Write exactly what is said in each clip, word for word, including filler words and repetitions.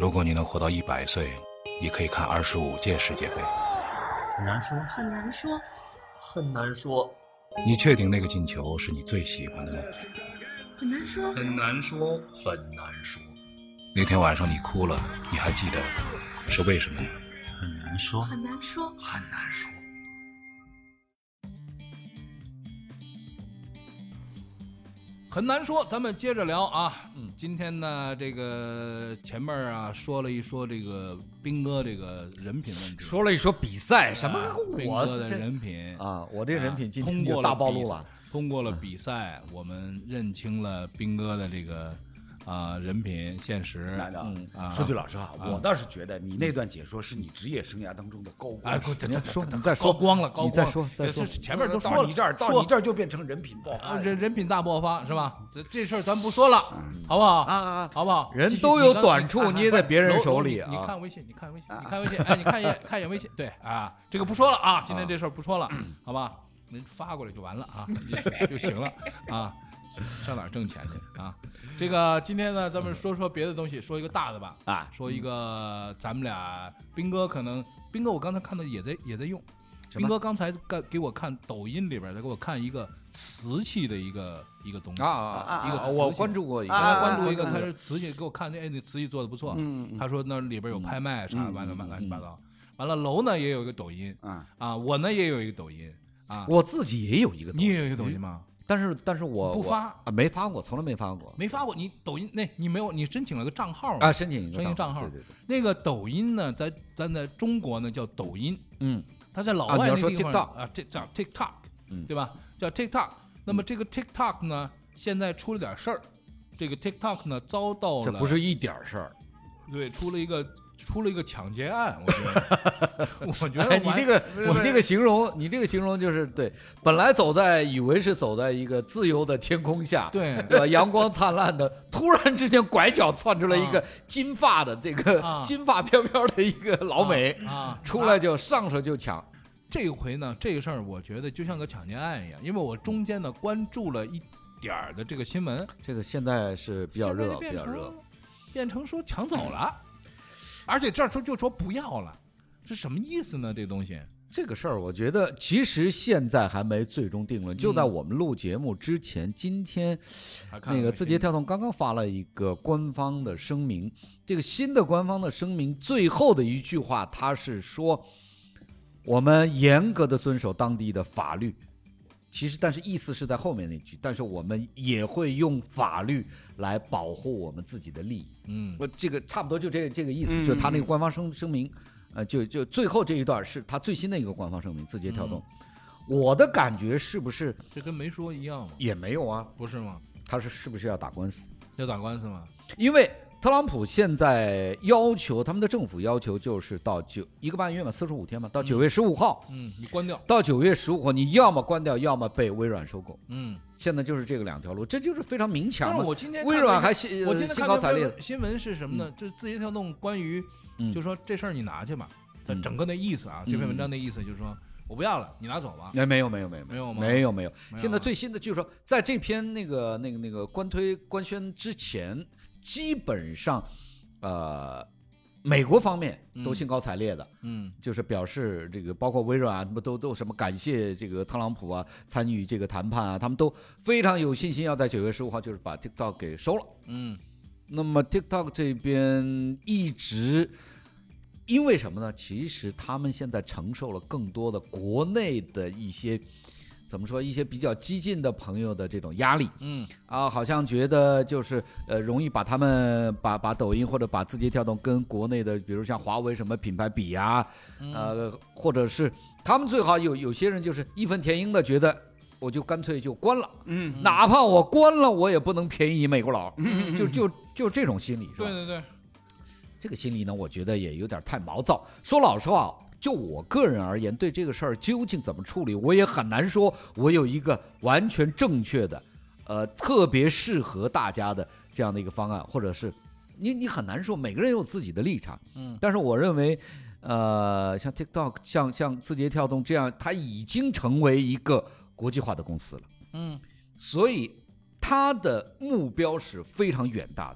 如果你能活到一百岁，你可以看二十五届世界杯。 很难说， 很难说， 很难说。 你确定那个进球是你最喜欢的吗？ 很难说， 很难说，很难说。 那天晚上你哭了，你还记得是为什么吗？ 很难说， 很难说， 很难说。 很难说，咱们接着聊啊。嗯，今天呢，这个前面啊说了一说这个斌哥这个人品问题， 说了一说比赛什么斌我哥的人品啊，我这人品今天通过就大暴露了。 通过了比赛，我们认清了斌哥的这个啊、呃、人品现实。 嗯啊， 说句老实话，我倒是觉得你那段解说是你职业生涯当中的高光。 哎， 你说，你再说， 高光了，高光了， 你再说，再说， 前面都说到你这儿，到你这儿就变成人品爆发， 人人品大爆发是吧？这这事儿咱不说了，好不好？ 啊啊， 好不好？ 人都有短处捏在别人手里啊。 你看微信，你看微信，你看微信，哎，你看一眼，看一眼微信，对啊，这个不说了啊，今天这事儿不说了，好吧？您发过来就完了啊，就就行了啊，上哪儿挣钱去啊？这个今天呢，咱们说说别的东西，说一个大的吧啊， 说一个咱们俩斌哥可能斌哥我刚才看到也在也在用，斌哥刚才给给我看抖音里边，他给我看一个瓷器的一个一个东西啊啊一个我关注过一个， 关注一个，他是瓷器，给我看哎那瓷器做的不错， 嗯， 他说那里边有拍卖啥完了乱七八糟，完了楼呢也有一个抖音啊啊，我呢也有一个抖音。啊， 我自己也有一个抖音， 你也有一个抖音吗？ 但是但是我不发啊，没发过，从来没发过， 没发过。你抖音那你没有，你申请了个账号啊？申请一个申请账号， 对对对。 那个抖音呢，在咱在中国呢叫抖音， 嗯， 它在老外那地方啊， 这叫 TikTok， 对吧？叫 TikTok。那么这个 TikTok 呢，现在出了点事儿，这个 TikTok 呢遭到了， 这不是一点事儿， 对，出了一个。出了一个抢劫案，我觉得，我觉得、 哎、你这个，你这个形容，你这个形容就是对。本来走在，以为是走在一个自由的天空下， 对对吧？阳光灿烂的，突然之间拐角窜出来一个金发的，这个、啊、金发飘飘的一个老美啊，啊出来就上手就抢。 这回呢，这个事儿我觉得就像个抢劫案一样，因为我中间呢关注了一点儿的这个新闻， 这个现在是比较热，比较热， 变成说抢走了。嗯而且这儿说就说不要了，这什么意思呢？这东西， 这个事儿，我觉得其实现在还没最终定论。就在我们录节目之前，嗯、今天那个字节跳动刚刚发了一个官方的声明。这个新的官方的声明最后的一句话，他是说我们严格的遵守当地的法律。其实，但是意思是在后面那句，但是我们也会用法律来保护我们自己的利益。 嗯， 我这个差不多就这个这个意思，嗯、就他那个官方声声明，呃，就就最后这一段是他最新的一个官方声明，字节跳动。嗯、我的感觉是不是这跟没说一样吗？ 也没有啊， 不是吗？ 他是是不是要打官司？ 要打官司吗？ 因为特朗普现在要求他们的政府要求就是到九一个半月嘛，四十五天嘛，到九月十五号， 嗯，你关掉， 到九月十五号，你要么关掉，要么被微软收购， 嗯， 现在就是这个两条路，这就是非常明强嘛。 但是我今天微软还我今天兴高采烈。 新闻是什么呢？就是字节跳动关于，就说这事儿你拿去吧，它整个的意思啊，这篇文章的意思就是说我不要了，你拿走吧。 哎，没有没有没有没有吗？ 没有没有。现在最新的就是说，在这篇那个那个那个官推官宣之前，基本上。呃，美国方面都兴高采烈的， 嗯， 就是表示这个，包括微软啊，他们都都什么感谢这个特朗普啊，参与这个谈判啊，他们都非常有信心，要在九月十五号就是把 TikTok 给收了， 嗯， 那么 TikTok 这边一直因为什么呢？其实他们现在承受了更多的国内的一些。怎么说？一些比较激进的朋友的这种压力， 嗯啊，好像觉得就是呃，容易把他们把把抖音或者把字节跳动跟国内的，比如像华为什么品牌比啊， 嗯、 呃，或者是他们最好有有些人就是义愤填膺的觉得，我就干脆就关了， 嗯， 哪怕我关了，我也不能便宜你美国佬，嗯、就就就这种心理，是吧？ 对对对， 这个心理呢，我觉得也有点太毛躁。说老实话。就我个人而言，对这个事儿究竟怎么处理，我也很难说，我有一个完全正确的，呃，特别适合大家的这样的一个方案，或者是你你很难说，每个人有自己的立场， 嗯， 但是我认为，呃，像 TikTok， 像像字节跳动这样，它已经成为一个国际化的公司了， 嗯， 所以它的目标是非常远大的。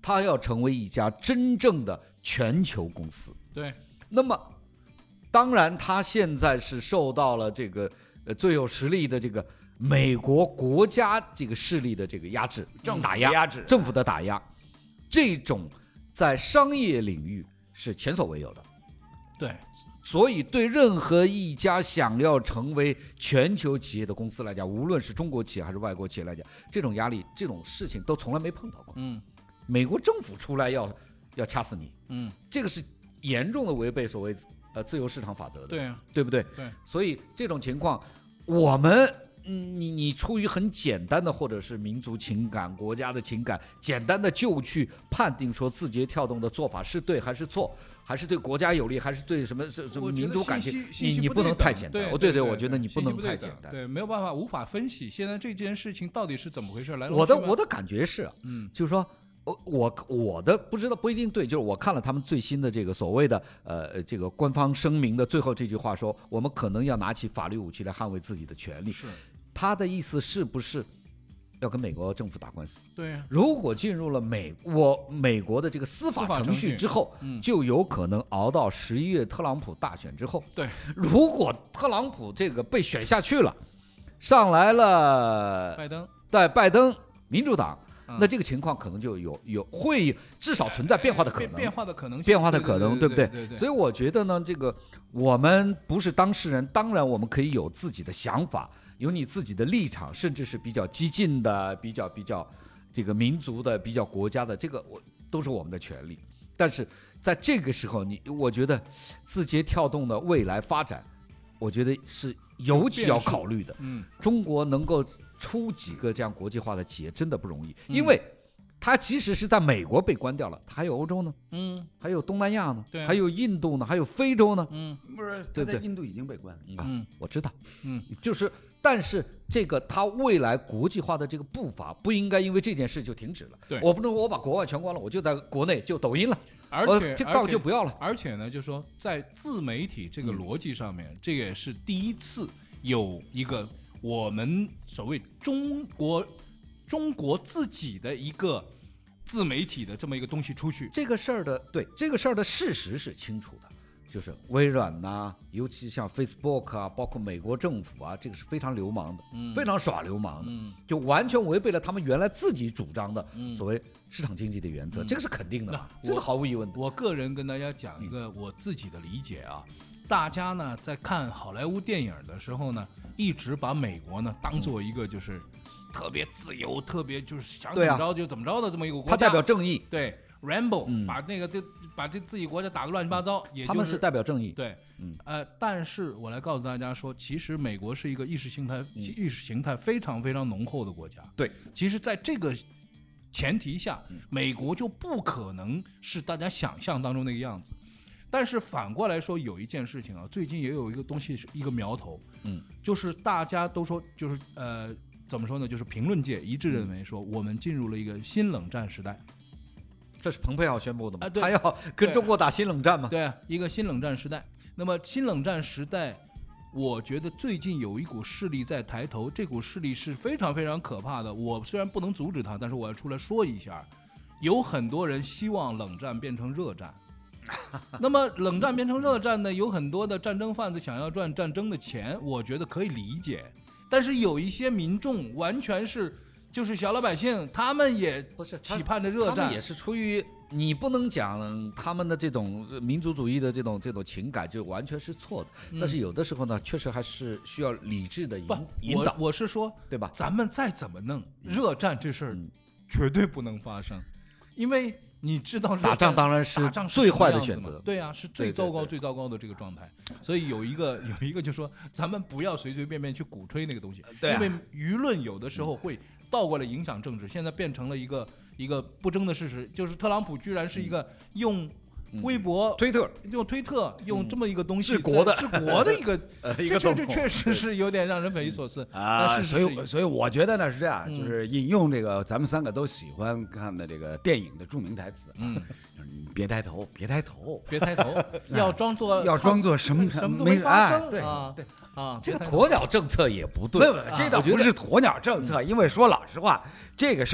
它要成为一家真正的全球公司。 对， 那么当然，它现在是受到了这个呃最有实力的这个美国国家这个势力的这个压制， 政府打压压制， 政府的打压，这种在商业领域是前所未有的。 对， 所以对任何一家想要成为全球企业的公司来讲，无论是中国企业还是外国企业来讲，这种压力、这种事情都从来没碰到过。 嗯， 美国政府出来要要掐死你， 嗯， 这个是严重的违背所谓呃自由市场法则的， 对啊， 对不对？ 对， 所以这种情况，我们嗯你你出于很简单的或者是民族情感、国家的情感，简单的就去判定说字节跳动的做法是对还是错，还是对国家有利，还是对什么什么民族感情，你你不能太简单。 对哦，对对， 我觉得你不能太简单。 对，没有办法，无法分析现在这件事情到底是怎么回事。来， 我的我的感觉是， 嗯， 就是说。我我我的不知道不一定对，就是我看了他们最新的这个所谓的呃这个官方声明的最后这句话说，我们可能要拿起法律武器来捍卫自己的权利。 是， 他的意思是不是要跟美国政府打官司？ 对、啊， 如果进入了美我美国的这个司法程序之后， 嗯、 就有可能熬到十一月特朗普大选之后。 对， 如果特朗普这个被选下去了，上来了拜登， 对拜登民主党。那这个情况可能就有有会至少存在变化的可能， 变化的可能性， 变化的可能， 对不对对对。 所以我觉得呢，这个我们不是当事人，当然我们可以有自己的想法，有你自己的立场，甚至是比较激进的、比较比较这个民族的、比较国家的，这个我都是我们的权利。但是在这个时候，你我觉得字节跳动的未来发展，我觉得是尤其要考虑的。 嗯， 中国能够出几个这样国际化的企业真的不容易，因为它即使是在美国被关掉了，它还有欧洲呢， 嗯， 还有东南亚呢， 对、啊， 还有印度呢，还有非洲呢， 嗯， 不是， 对对， 印度已经被关了， 嗯，我知道， 嗯， 就是，但是这个它未来国际化的这个步伐不应该因为这件事就停止了， 对， 我不能我把国外全关了，我就在国内就抖音了， 而且这道就不要了， 而且呢，就是说在自媒体这个逻辑上面， 嗯、 这也是第一次有一个。我们所谓中国中国自己的一个自媒体的这么一个东西出去， 这个事儿的对这个事儿的事实是清楚的，就是微软呐、啊，尤其像 Facebook 啊，包括美国政府啊，这个是非常流氓的， 嗯、 非常耍流氓的， 嗯、 就完全违背了他们原来自己主张的嗯、 所谓市场经济的原则， 嗯、 这个是肯定的，这是毫无疑问的。 我个人跟大家讲一个我自己的理解啊。大家呢在看好莱坞电影的时候呢，一直把美国呢当做一个就是特别自由、嗯、特别就是想怎么着就怎么着的这么一个国家。 它代表正义。 对 ，Rambo、 嗯、 把那个把这自己国家打得乱七八糟，也就是他们是代表正义。 对， 嗯呃，但是我来告诉大家说，其实美国是一个意识形态、 嗯、 意识形态非常非常浓厚的国家。 对， 其实在这个前提下， 嗯、 美国就不可能是大家想象当中那个样子。但是反过来说，有一件事情啊，最近也有一个东西是一个苗头， 嗯， 就是大家都说，就是呃，怎么说呢？就是评论界一致认为说，我们进入了一个新冷战时代。 这是蓬佩奥宣布的吗？ 啊、对他要跟中国打新冷战吗？ 对，一个新冷战时代。那么新冷战时代，我觉得最近有一股势力在抬头，这股势力是非常非常可怕的。我虽然不能阻止它，但是我要出来说一下，有很多人希望冷战变成热战。那么冷战变成热战呢，有很多的战争贩子想要赚战争的钱，我觉得可以理解。但是有一些民众完全是就是小老百姓，他们也不是期盼着热战， 他们也是出于你不能讲他们的这种民族主义的这种这种情感就完全是错的， 嗯、 但是有的时候呢，确实还是需要理智的引引导。 我我是说， 对吧？ 咱们再怎么弄，热战这事儿绝对不能发生，因为。你知道打仗当然是最坏的选择， 对啊，是最糟糕、最糟糕的这个状态。所以有一个有一个就说，咱们不要随随便便去鼓吹那个东西， 对、啊， 因为舆论有的时候会倒过来影响政治。现在变成了一个一个不争的事实，就是特朗普居然是一个用微博、 嗯、推特、 用推特、用这么一个东西治国的治国的一个呃一个这这确实是有点让人匪夷所思啊。所以所以我觉得呢是这样， 嗯、 就是引用这个咱们三个都喜欢看的这个电影的著名台词， 嗯， 就是你别抬头，别抬头， 别抬头，要装作要装作什么什么都没发生， 对啊对啊， 这个鸵鸟政策也不对， 不不，这倒不是鸵鸟政策，因为说老实话，这个事儿。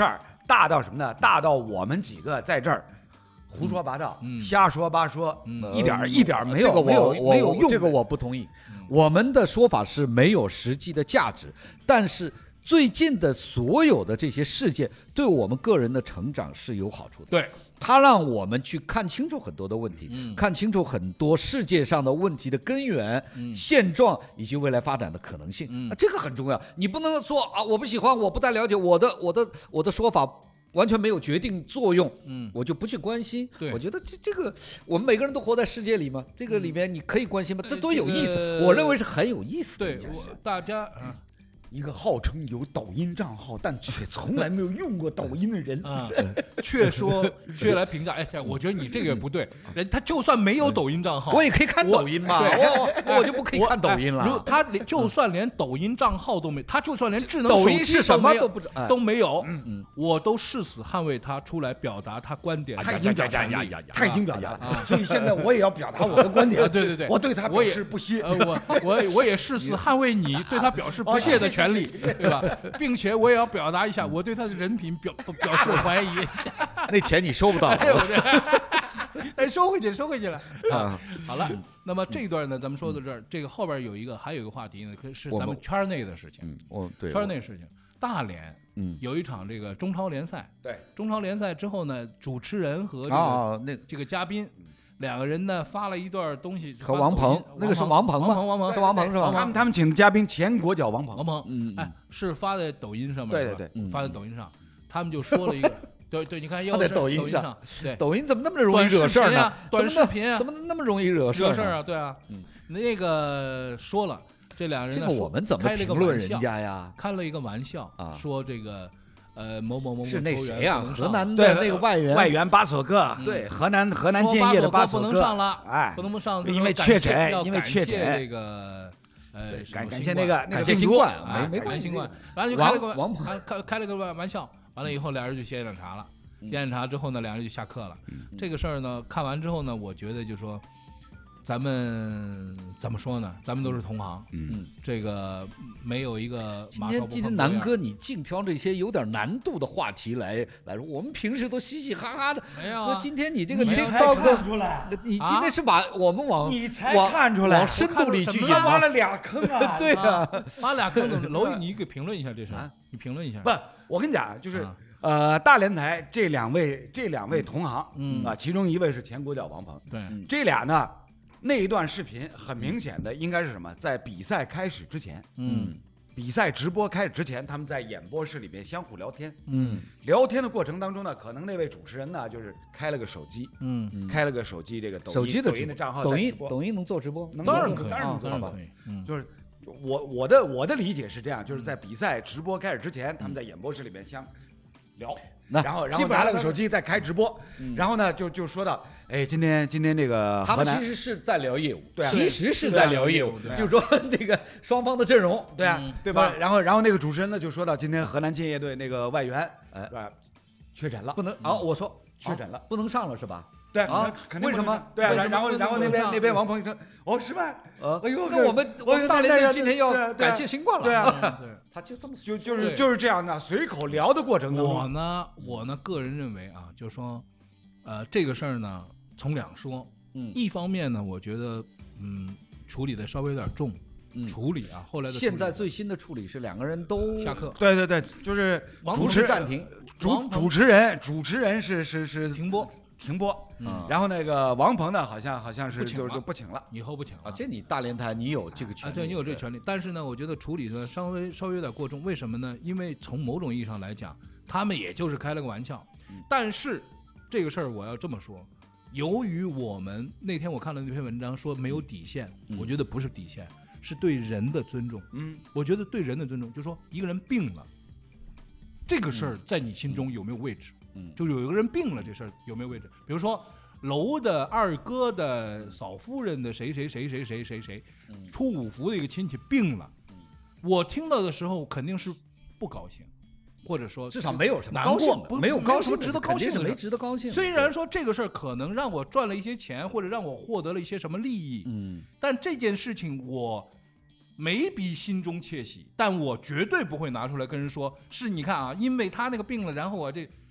大到什么呢？大到我们几个在这儿胡说八道， 嗯、 瞎说八说， 嗯、 一点、 呃、 一点没有， 这个我没有我没有用。 这个我不同意。嗯、我们的说法是没有实际的价值，但是最近的所有的这些事件对我们个人的成长是有好处的。 对， 它让我们去看清楚很多的问题， 嗯、 看清楚很多世界上的问题的根源、嗯、现状以及未来发展的可能性。嗯、啊，这个很重要。你不能说啊，我不喜欢，我不太了解，我的我的我的说法完全没有决定作用，嗯，我就不去关心。 对， 我觉得这这个我们每个人都活在世界里嘛，这个里面你可以关心吗？ 嗯、 这都有意思、 这个， 我认为是很有意思的。 对，大家啊。 一个号称有抖音账号但却从来没有用过抖音的人， 啊，却说却来评价，哎，我觉得你这个不对。人他就算没有抖音账号， 我也可以看抖音嘛，我我我就不可以看抖音了。 如他连就算连抖音账号都没，他就算连智能抖音是什么都不都没有，嗯嗯，我都誓死捍卫他出来表达他观点。 他已经表达了，他已经表达了，所以现在我也要表达我的观点。 对对对， 我对他表示不屑， 我我我也誓死捍卫你对他表示不屑的权利，对吧？并且我也要表达一下我对他的人品表表示怀疑。 那钱你收不到了。 哎，收回去，收回去了啊！好了，那么这一段呢，咱们说到这儿，这个后边有一个，还有一个话题呢，是咱们圈内的事情。 嗯，哦，对， 圈内事情，大连嗯有一场这个中超联赛。 对， 中超联赛之后呢，主持人和这个、 哦、那这个嘉宾。两个人呢发了一段东西， 和王鹏，那个是王鹏吗？ 王鹏，王鹏是王鹏是吧？ 他们他们请的嘉宾前国脚王鹏， 王鹏， 嗯， 哎，是发在抖音上面， 对对对， 嗯、发在抖音上，他们就说了一个，对对，你看又在抖音上， 对， 抖音怎么那么容易惹事儿呢？ 短视频啊， 怎么那么容易惹事儿？惹事儿啊，对啊，嗯，那个说了，这两人这个我们怎么评论人家呀？ 开了一个玩笑啊，说这个。呃，某某某是那谁呀？河南的那个外援， 外援巴索克，对，河南河南建业的巴索克不能上了， 哎， 不能上， 因为确诊，因为确诊， 这个呃， 感感谢那个感谢新冠，没没感谢新冠，完了就开了个王开开了个玩笑，完了以后俩人就歇检查了，歇检查之后呢，俩人就下课了。这个事儿呢，看完之后呢，我觉得就说。咱们怎么说呢？咱们都是同行，嗯，这个没有一个马今天今天南哥，你净挑这些有点难度的话题来来说，我们平时都嘻嘻哈哈的， 没有、啊。 今天你这个你才看出来， 你今天是把我们往你才看出来往深度里去引， 挖了俩坑啊！ 对啊， 挖俩坑的。娄宇，你给评论一下这事儿，你评论一下。 不，我跟你讲，就是。呃，大连台这两位这两位同行，嗯啊，其中一位是前国脚王鹏， 对， 这俩呢。那一段视频很明显的应该是什么？在比赛开始之前， 嗯， 比赛直播开始之前，他们在演播室里面相互聊天， 嗯， 聊天的过程当中呢，可能那位主持人呢就是开了个手机， 嗯， 开了个手机这个抖音手机的抖音的账号， 抖音抖音能做直播， 当然可以， 当然当然可以， 嗯，就是我我的我的理解是这样，就是在比赛直播开始之前，他们在演播室里面相聊。然后，然后拿了个手机在开直播，嗯、然后呢，就就说到，哎，今天今天这个他们其实是在聊业务， 对、啊， 其实是在聊业务， 啊、 就是说这个双方的阵容， 对啊， 嗯、 对吧？然后，然后那个主持人呢就说到，今天河南建业队那个外援，哎，确诊了， 不能啊，我说确诊了， 不能上了是吧？ 对啊， 为什么？对啊，然后然后那边那边王鹏一看，哦，是吧？ 呃， 哎呦， 那我们我们大连队今天要感谢新冠了， 对啊， 他就这么就就是就是这样的随口聊的过程当中。 我呢，我呢个人认为啊，就说，呃，这个事儿呢，从两说， 嗯， 一方面呢，我觉得嗯处理的稍微有点重。处理啊，后来的现在最新的处理是两个人都下课， 对对对，就是主持暂停， 主主持人主持人是是是停播停播， 嗯， 然后那个王鹏呢，好像好像是就就不请了， 以后不请了啊。这你大连台你有这个权利， 啊，对你有这个权利，但是呢，我觉得处理的稍微稍微有点过重，为什么呢？因为从某种意义上来讲，他们也就是开了个玩笑，但是这个事儿我要这么说。由于我们那天我看了那篇文章说没有底线，我觉得不是底线。是对人的尊重， 嗯， 我觉得对人的尊重，就是说一个人病了，这个事儿在你心中有没有位置？ 嗯， 就有一个人病了，这事儿有没有位置？比如说楼的二哥的嫂夫人的谁谁谁谁谁谁谁，出五福的一个亲戚病了，我听到的时候肯定是不高兴，或者说至少没有什么高兴的， 没有高什么值得高兴的， 没值得高兴。 虽然说这个事儿可能让我赚了一些钱，或者让我获得了一些什么利益， 嗯， 但这件事情我没比心中窃喜，但我绝对不会拿出来跟人说，是你看啊，因为他那个病了，然后我这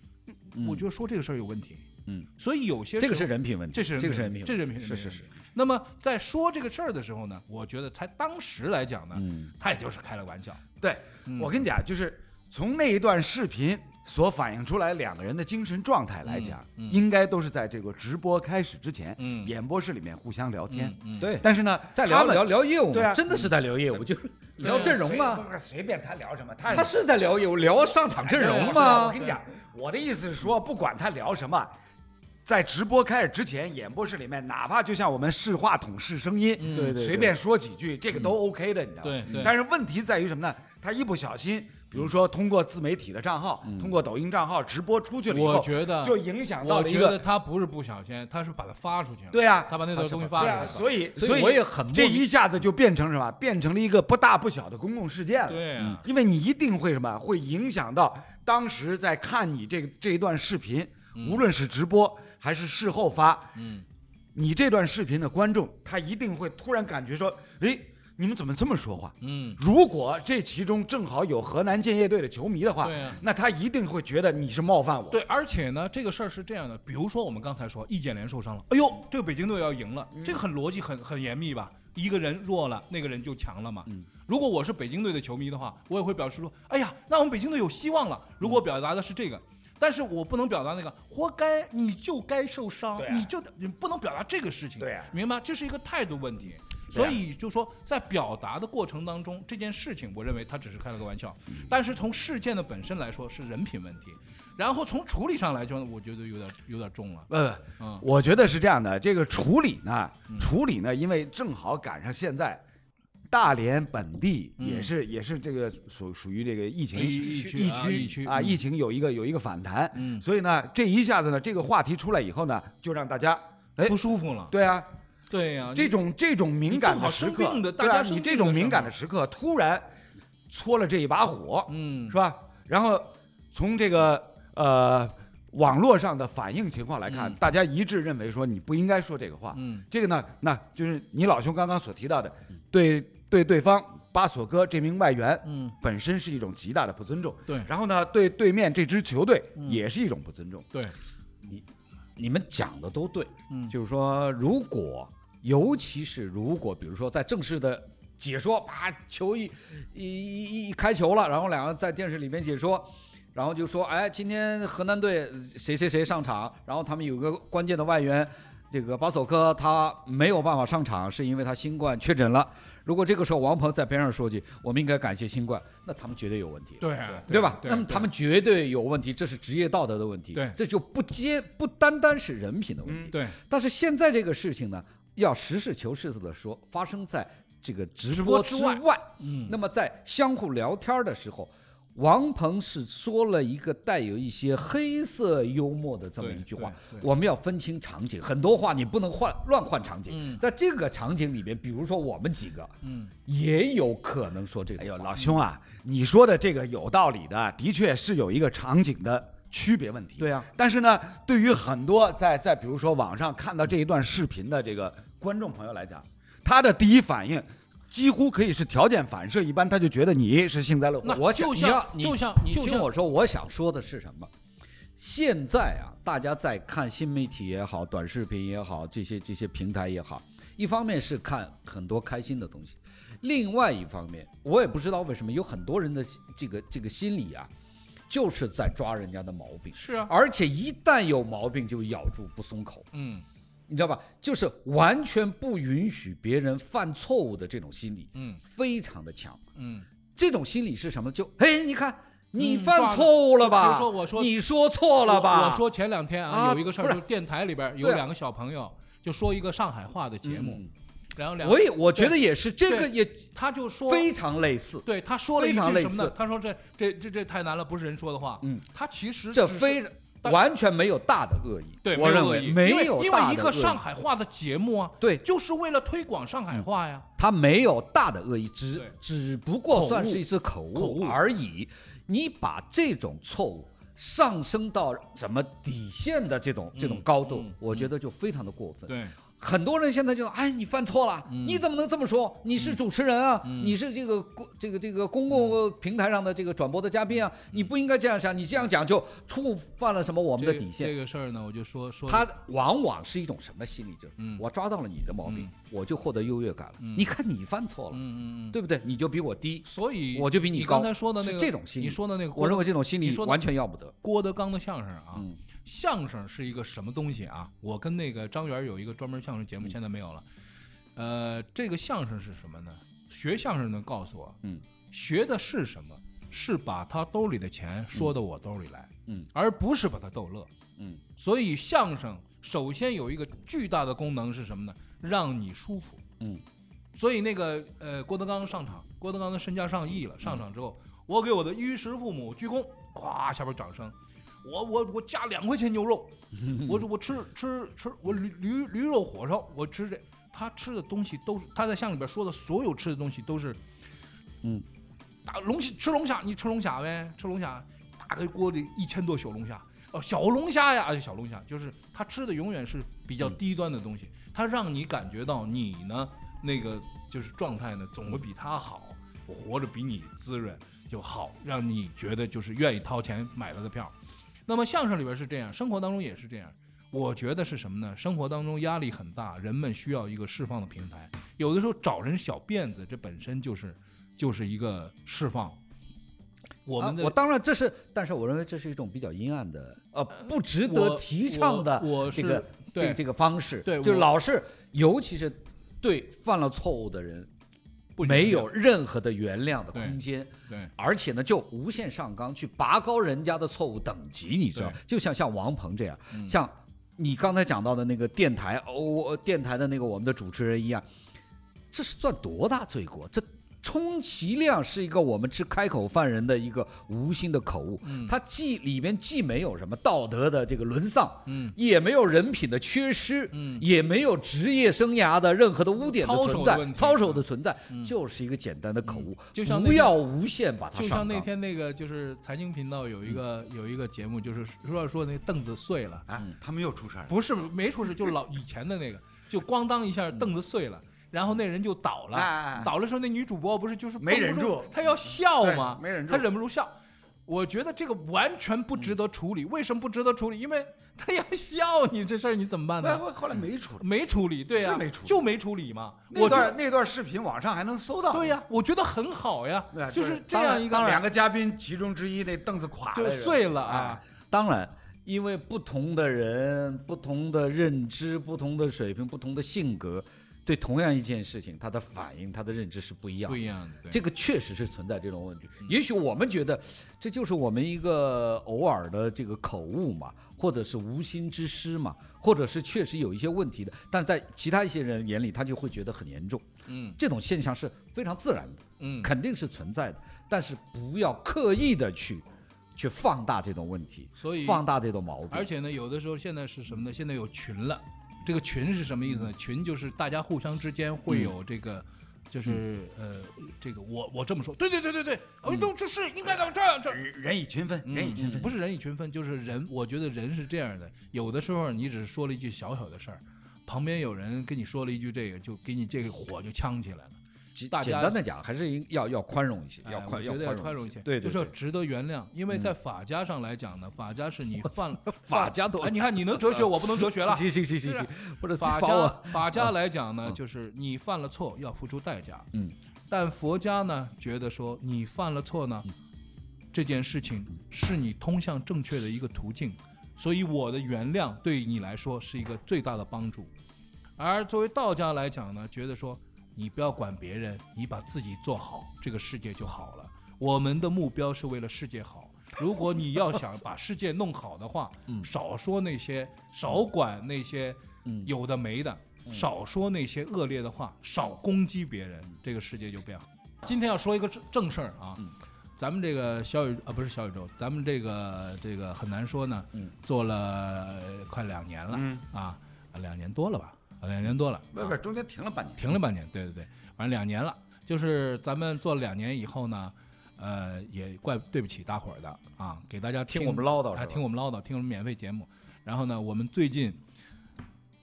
我觉得说这个事儿有问题。 嗯， 所以有些这个是人品问题， 这是这个是人品， 这是人品， 是是是。 那么在说这个事儿的时候呢，我觉得才当时来讲呢， 嗯， 他也就是开了玩笑。 对， 嗯、 我跟你讲，就是从那一段视频所反映出来两个人的精神状态来讲， 嗯嗯、 应该都是在这个直播开始之前， 嗯， 演播室里面互相聊天。 嗯嗯、 对， 但是呢， 在聊聊聊业务， 对啊， 真的是在聊业务，就聊阵容嘛， 随便他聊什么，他他是在聊业务，聊上场阵容嘛。我跟你讲，我的意思是说，不管他聊什么。在直播开始之前，演播室里面，哪怕就像我们试话筒、试声音， 嗯、 对对， 随便说几句，这个都 OK 的，你知道吗？ 对对。 但是问题在于什么呢？他一不小心，比如说通过自媒体的账号， 嗯、 通过抖音账号直播出去了以后， 我觉得就影响到了一个。 我觉得他不是不小心，他是把它发出去了。 对呀、啊， 他把那段东西发出去了。 对啊，所以所以我也很这一下子就变成什么？变成了一个不大不小的公共事件了。 对啊， 因为你一定会什么？会影响到当时在看你这个这一段视频。无论是直播还是事后发， 嗯， 你这段视频的观众，他一定会突然感觉说，哎，你们怎么这么说话？ 嗯， 如果这其中正好有河南建业队的球迷的话， 对啊， 那他一定会觉得你是冒犯我。 对，而且呢，这个事儿是这样的，比如说我们刚才说易建联受伤了，哎呦，这个北京队要赢了，嗯、这个很逻辑，很很严密吧？一个人弱了，那个人就强了嘛。 嗯， 如果我是北京队的球迷的话，我也会表示说，哎呀，那我们北京队有希望了。如果我表达的是这个。但是我不能表达那个活该，你就该受伤， 啊、 你就你不能表达这个事情， 对啊， 明白？这是一个态度问题。所以就说在表达的过程当中，这件事情我认为他只是开了个玩笑， 嗯、 但是从事件的本身来说是人品问题，然后从处理上来说，我觉得有点有点重了。 呃， 嗯， 我觉得是这样的，这个处理呢， 嗯、 处理呢，因为正好赶上现在。大连本地也是、嗯、也是这个属属于这个疫情疫区疫区疫区啊，疫情有一个有一个反弹， 嗯， 所以呢，这一下子呢，这个话题出来以后呢，就让大家哎不舒服了。 对啊， 对呀、啊， 这种这种敏感的时刻， 的大家对啊，你这种敏感的时刻突然搓了这一把火， 嗯， 是吧？然后从这个呃网络上的反应情况来看， 嗯、 大家一致认为说你不应该说这个话， 嗯， 这个呢，那就是你老兄刚刚所提到的，对对对方。巴索戈这名外援， 嗯， 本身是一种极大的不尊重。 对， 然后呢，对对面这支球队也是一种不尊重。 嗯、对， 你你们讲的都对， 嗯， 就是说，如果尤其是如果，比如说在正式的解说，啪，球一一一一开球了，然后两个在电视里面解说，然后就说，哎，今天河南队谁谁谁上场，然后他们有个关键的外援，这个巴索科他没有办法上场，是因为他新冠确诊了。如果这个时候王鹏在边上说句我们应该感谢新冠，那他们绝对有问题， 对啊， 对吧？ 对， 那么他们绝对有问题，这是职业道德的问题， 对， 这就不接不单单是人品的问题， 嗯、对。 但是现在这个事情呢，要实事求是的说，发生在这个直播之外， 之外嗯， 那么在相互聊天的时候。王鹏是说了一个带有一些黑色幽默的这么一句话，我们要分清场景，很多话你不能换乱换场景、 嗯、 在这个场景里面，比如说我们几个嗯， 也有可能说这个。 哎呦，老兄啊，你说的这个有道理的，的确是有一个场景的区别问题。 对啊， 但是呢，对于很多在在比如说网上看到这一段视频的这个观众朋友来讲，他的第一反应几乎可以是条件反射一般，他就觉得你是幸灾乐祸。 我就像你就像你听我说，我想说的是什么？现在啊，大家在看新媒体也好，短视频也好，这些这些平台也好，一方面是看很多开心的东西，另外一方面，我也不知道为什么有很多人的这个这个心理啊，就是在抓人家的毛病。 是啊， 而且一旦有毛病就咬住不松口。 嗯。 你知道吧？就是完全不允许别人犯错误的这种心理， 嗯， 非常的强， 嗯， 这种心理是什么？就嘿，你看你犯错误了吧？ 比如说我说你说错了吧？ 我, 我说前两天啊， 啊有一个事儿，就电台里边有两个小朋友就说一个上海话的节目， 嗯、 然后两我也我觉得也是这个也， 他就说非常类似， 对，他说了一句什么呢？他说这这这这太难了，不是人说的话， 嗯， 他其实这非常。完全没有大的恶意， 对， 我认为没有因为一个上海话的节目啊， 对， 就是为了推广上海话呀。 他没有大的恶意，只只不过算是一次口误而已。你把这种错误上升到什么底线的这种这种高度，我觉得就非常的过分。 对， 很多人现在就哎，你犯错了， 嗯、 你怎么能这么说？你是主持人啊， 嗯、 你是这个公这个这个公共平台上的这个转播的嘉宾啊，嗯、你不应该这样想，你这样讲就触犯了什么我们的底线。 这, 这个事儿呢，我就说说， 他往往是一种什么心理？就是、 嗯、 我抓到了你的毛病， 嗯、 我就获得优越感了。 嗯、 你看你犯错了， 嗯嗯嗯， 对不对？你就比我低， 所以我就比你高。 你刚才说的那个是这种心理， 你说的那个， 我认为这种心理完全要不得。 郭德纲的相声啊。 嗯相声是一个什么东西啊？我跟那个张元有一个专门相声节目，现在没有了。呃，这个相声是什么呢？学相声的告诉我， 嗯， 学的是什么？是把他兜里的钱说到我兜里来， 嗯， 而不是把他逗乐， 嗯。 所以相声首先有一个巨大的功能是什么呢？让你舒服， 嗯。 所以那个呃，郭德纲上场，郭德纲的身价上亿了，上场之后，我给我的衣食父母鞠躬，咵，下边掌声。我我我加两块钱牛肉，我我吃吃吃我驴驴驴肉火烧，我吃这他吃的东西都是他在相里边说的所有吃的东西都是， 嗯， 打龙虾吃龙虾，你吃龙虾呗，吃龙虾，打开锅里一千多小龙虾，哦小龙虾呀，小龙虾就是他吃的永远是比较低端的东西，他让你感觉到你呢那个就是状态呢总会比他好，我活着比你滋润就好，让你觉得就是愿意掏钱买他的票。那么相声里边是这样，生活当中也是这样。我觉得是什么呢？生活当中压力很大，人们需要一个释放的平台。有的时候找人小辫子，这本身就是就是一个释放。我们的、 啊、我当然这是，但是我认为这是一种比较阴暗的，呃，不值得提倡的这个这个这个方式。 对， 就老是，尤其是对犯了错误的人。没有任何的原谅的空间， 对，对而且呢，就无限上纲去拔高人家的错误等级，你知道？就像像王鹏这样， 嗯、 像你刚才讲到的那个电台，哦，电台的那个我们的主持人一样，这是算多大罪过？这充其量是一个我们吃开口饭人的一个无心的口误， 嗯、 它既里面既没有什么道德的这个沦丧， 嗯， 也没有人品的缺失， 嗯， 也没有职业生涯的任何的污点的存在，操守的存在， 嗯、 就是一个简单的口误， 嗯、就像不要无限把它上纲。 就像那天那个就是财经频道有一个、嗯、有一个节目，就是说说那凳子碎了啊，他们又出事儿了？ 不是没出事，就是老以前的那个，就咣当一下凳子碎了。然后那人就倒了， 啊、 倒了时候那女主播不是就是没忍住， 她要笑吗？ 没忍住， 她忍不住笑。我觉得这个完全不值得处理。嗯、为什么不值得处理？因为她要笑你，这事儿你怎么办呢？ 后来没处理， 没处理，对呀、啊， 没处理就没处理嘛。 那段那段视频网上还能搜到。 对呀、啊，我觉得很好呀， 对就是这样一个两个嘉宾其中之一那凳子垮了， 就碎了啊。 当然。因为不同的人、不同的认知、不同的水平、不同的性格，对同样一件事情，他的反应、他的认知是不一样的。 不一样的， 这个确实是存在这种问题。嗯、也许我们觉得这就是我们一个偶尔的这个口误嘛，或者是无心之失嘛，或者是确实有一些问题的，但在其他一些人眼里，他就会觉得很严重。 嗯， 这种现象是非常自然的， 嗯， 肯定是存在的，但是不要刻意的去。去放大这种问题， 所以放大这种毛病。 而且呢，有的时候现在是什么呢？现在有群了，这个群是什么意思呢？嗯、群就是大家互相之间会有这个，嗯、就是呃，这个我我这么说，对对对对对，我都这是应该这样这样这样， 人以群分，人以群分， 不是人以群分，就是人。我觉得人是这样的，有的时候你只是说了一句小小的事儿，旁边有人跟你说了一句这个，就给你这个火就呛起来了。大家简单的讲，还是要要宽容一些， 哎、 要宽， 要宽容一些， 对，对就是值得原谅。因为在法家上来讲呢，嗯、法家是你犯了法家都， 哎，你看你能哲学，我不能哲学了。 行行行行行，或者法家法家来讲呢，就是你犯了错要付出代价。 嗯， 但佛家呢，觉得说你犯了错呢，这件事情是你通向正确的一个途径，所以我的原谅对你来说是一个最大的帮助。而作为道家来讲呢，觉得说。你不要管别人，你把自己做好，这个世界就好了。我们的目标是为了世界好。如果你要想把世界弄好的话， 嗯、 少说那些，少管那些有的没的， 嗯、 少说那些恶劣的话，少攻击别人，这个世界就变好。今天要说一个正事儿啊， 嗯、 咱们这个小宇啊不是小宇宙，咱们这个这个很难说呢， 嗯、 做了快两年了、 嗯、 啊，两年多了吧。两年多了， 不不，中间停了半年， 停了半年，对对对，反正两年了。就是咱们做了两年以后呢，呃，也怪对不起大伙儿的啊，给大家听听我们唠叨， 还听我们唠叨，听我们免费节目。然后呢，我们最近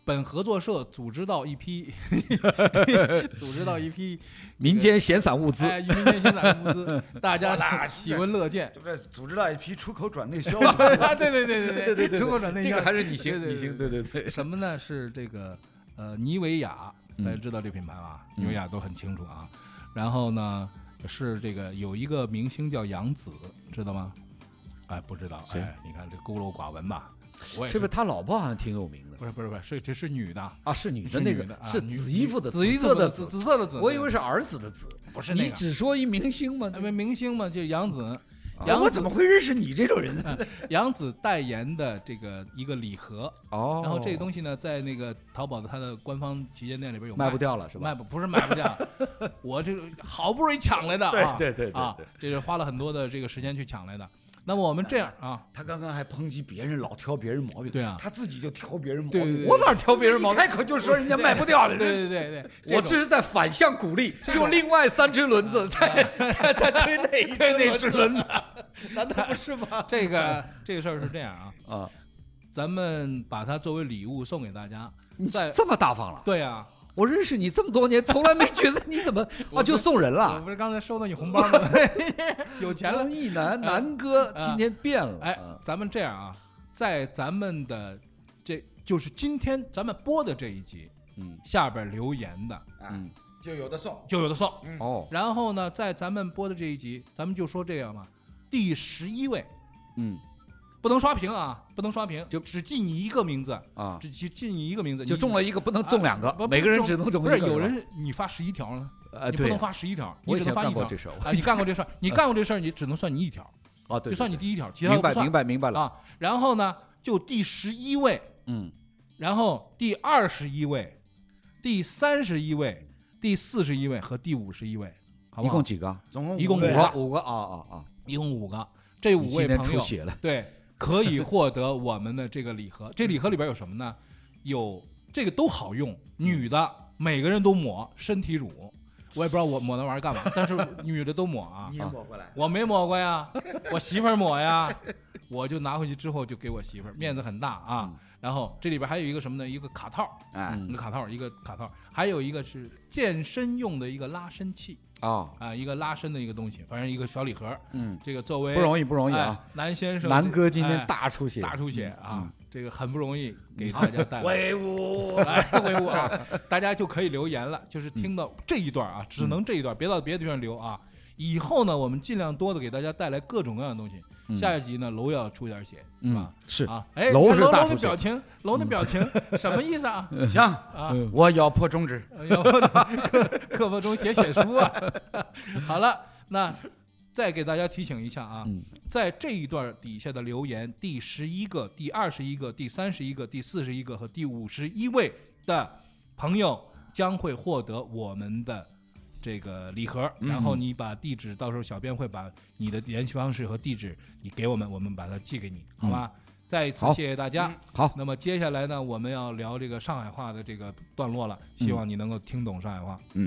本合作社组织到一批，组织到一批民间闲散物资， 哎，民间闲散物资，大家喜喜闻乐见。 这个组织到一批出口转内销， 啊，对对对对对对，出口转内销， 这个还是你行， 对对对你行，对对对。 什么呢？是这个呃妮维雅，大家知道这品牌吧？妮维雅都很清楚啊。然后呢，是这个有一个明星叫杨紫，知道吗？哎，不知道。哎，你看这孤陋寡闻吧。我是不是他老婆好像挺有名的？ 不是不是不是，是这是女的啊，是女的那个是紫衣服的紫衣服的紫紫色的紫， 我以为是儿子的紫， 不是你只说一明星吗？ 因为明星嘛，就是杨紫。 杨我怎么会认识你这种人呢？ 杨紫代言的这个一个礼盒哦， 然后这个东西呢，在那个淘宝的它的官方旗舰店里边有卖不掉了是吧？ 卖不不是卖不掉，我这个好不容易抢来的啊， 对对对啊，这是花了很多的这个时间去抢来的。那么我们这样啊， 他刚刚还抨击别人老挑别人毛病， 对啊， 他自己就挑别人毛病。 我哪挑别人毛病？ 开口就说人家卖不掉了。 对对对对， 我这是在反向鼓励，用另外三只轮子在在在推那一推那只轮子， 难道不是吗？ 这个这个事儿是这样啊啊， 咱们把它作为礼物送给大家。 你这么大方了？ 对啊。 我认识你这么多年，从来没觉得你怎么啊就送人了？ 我不是刚才收到你红包吗？有钱了， 一南南哥今天变了。 哎，咱们这样啊，在咱们的这就是今天咱们播的这一集，嗯，下边留言的， 嗯，就有的送， 就有的送。 哦， 然后呢，在咱们播的这一集，咱们就说这样嘛，第十一位， 嗯。 不能刷屏啊！不能刷屏，就只记你一个名字啊， 只记记你一个名字， 就中了一个，不能中两个，每个人只能中一个。 不是有人你发十一条呢？ 呃， 你不能发十一条，你只能发一条。 这事啊，你干过这事儿，你干过这事儿，你只能算你一条。 啊，对， 就算你第一条，其他明白明白明白了啊。然后呢，就第十一位， 嗯， 然后第二十一位，第三十一位，第四十一位和第五十一位，好不好？ 一共几个？ 总共一共五个，五个啊啊啊！ 一共五个。这五位朋友出血了， 对。可以获得我们的这个礼盒，这礼盒里边有什么呢？有这个都好用，女的每个人都抹身体乳，我也不知道我抹那玩意儿干嘛，但是女的都抹啊。 你也抹过来？ 我没抹过呀，我媳妇儿抹呀，我就拿回去之后就给我媳妇儿，面子很大啊。嗯、然后这里边还有一个什么呢？一个卡套，哎，一个卡套，一个卡套，还有一个是健身用的一个拉伸器。啊、哦、啊，一个拉伸的一个东西，反正一个小礼盒。嗯，这个作为不容易不容易啊， 哎、男先生， 南哥今天大出血， 哎、大出血啊、嗯，这个很不容易给大家带来威武， 哎，威武啊！大家就可以留言了，就是听到这一段啊，只能这一段，别到别的地方留啊。以后呢，我们尽量多的给大家带来各种各样的东西。嗯、下一集呢，楼要出点血，是吧？ 嗯、是啊，哎， 楼是大出血。楼的表情，楼的表情、嗯、什么意思啊？ 行啊，我咬破中指， 咬破课课本中写血书啊。好了，那再给大家提醒一下啊，嗯、在这一段底下的留言，第十一个、第二十一个、第三十一个、第四十一个和第五十一位的朋友将会获得我们的这个礼盒，然后你把地址，到时候小编会把你的联系方式和地址你给我们，我们把它寄给你，好吧？嗯、再一次谢谢大家。 好， 那么接下来呢，我们要聊这个上海话的这个段落了，希望你能够听懂上海话。 嗯。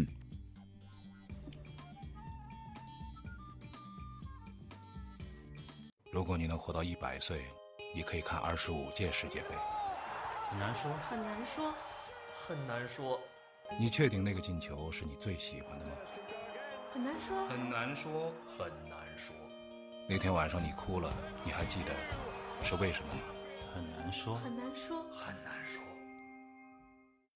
如果你能活到一百岁，你可以看二十五届世界杯。 很难说， 很难说， 很难说。 你确定那个进球是你最喜欢的吗？ 很难说， 很难说，很难说。 那天晚上你哭了，你还记得是为什么吗？ 很难说， 很难说， 很难说。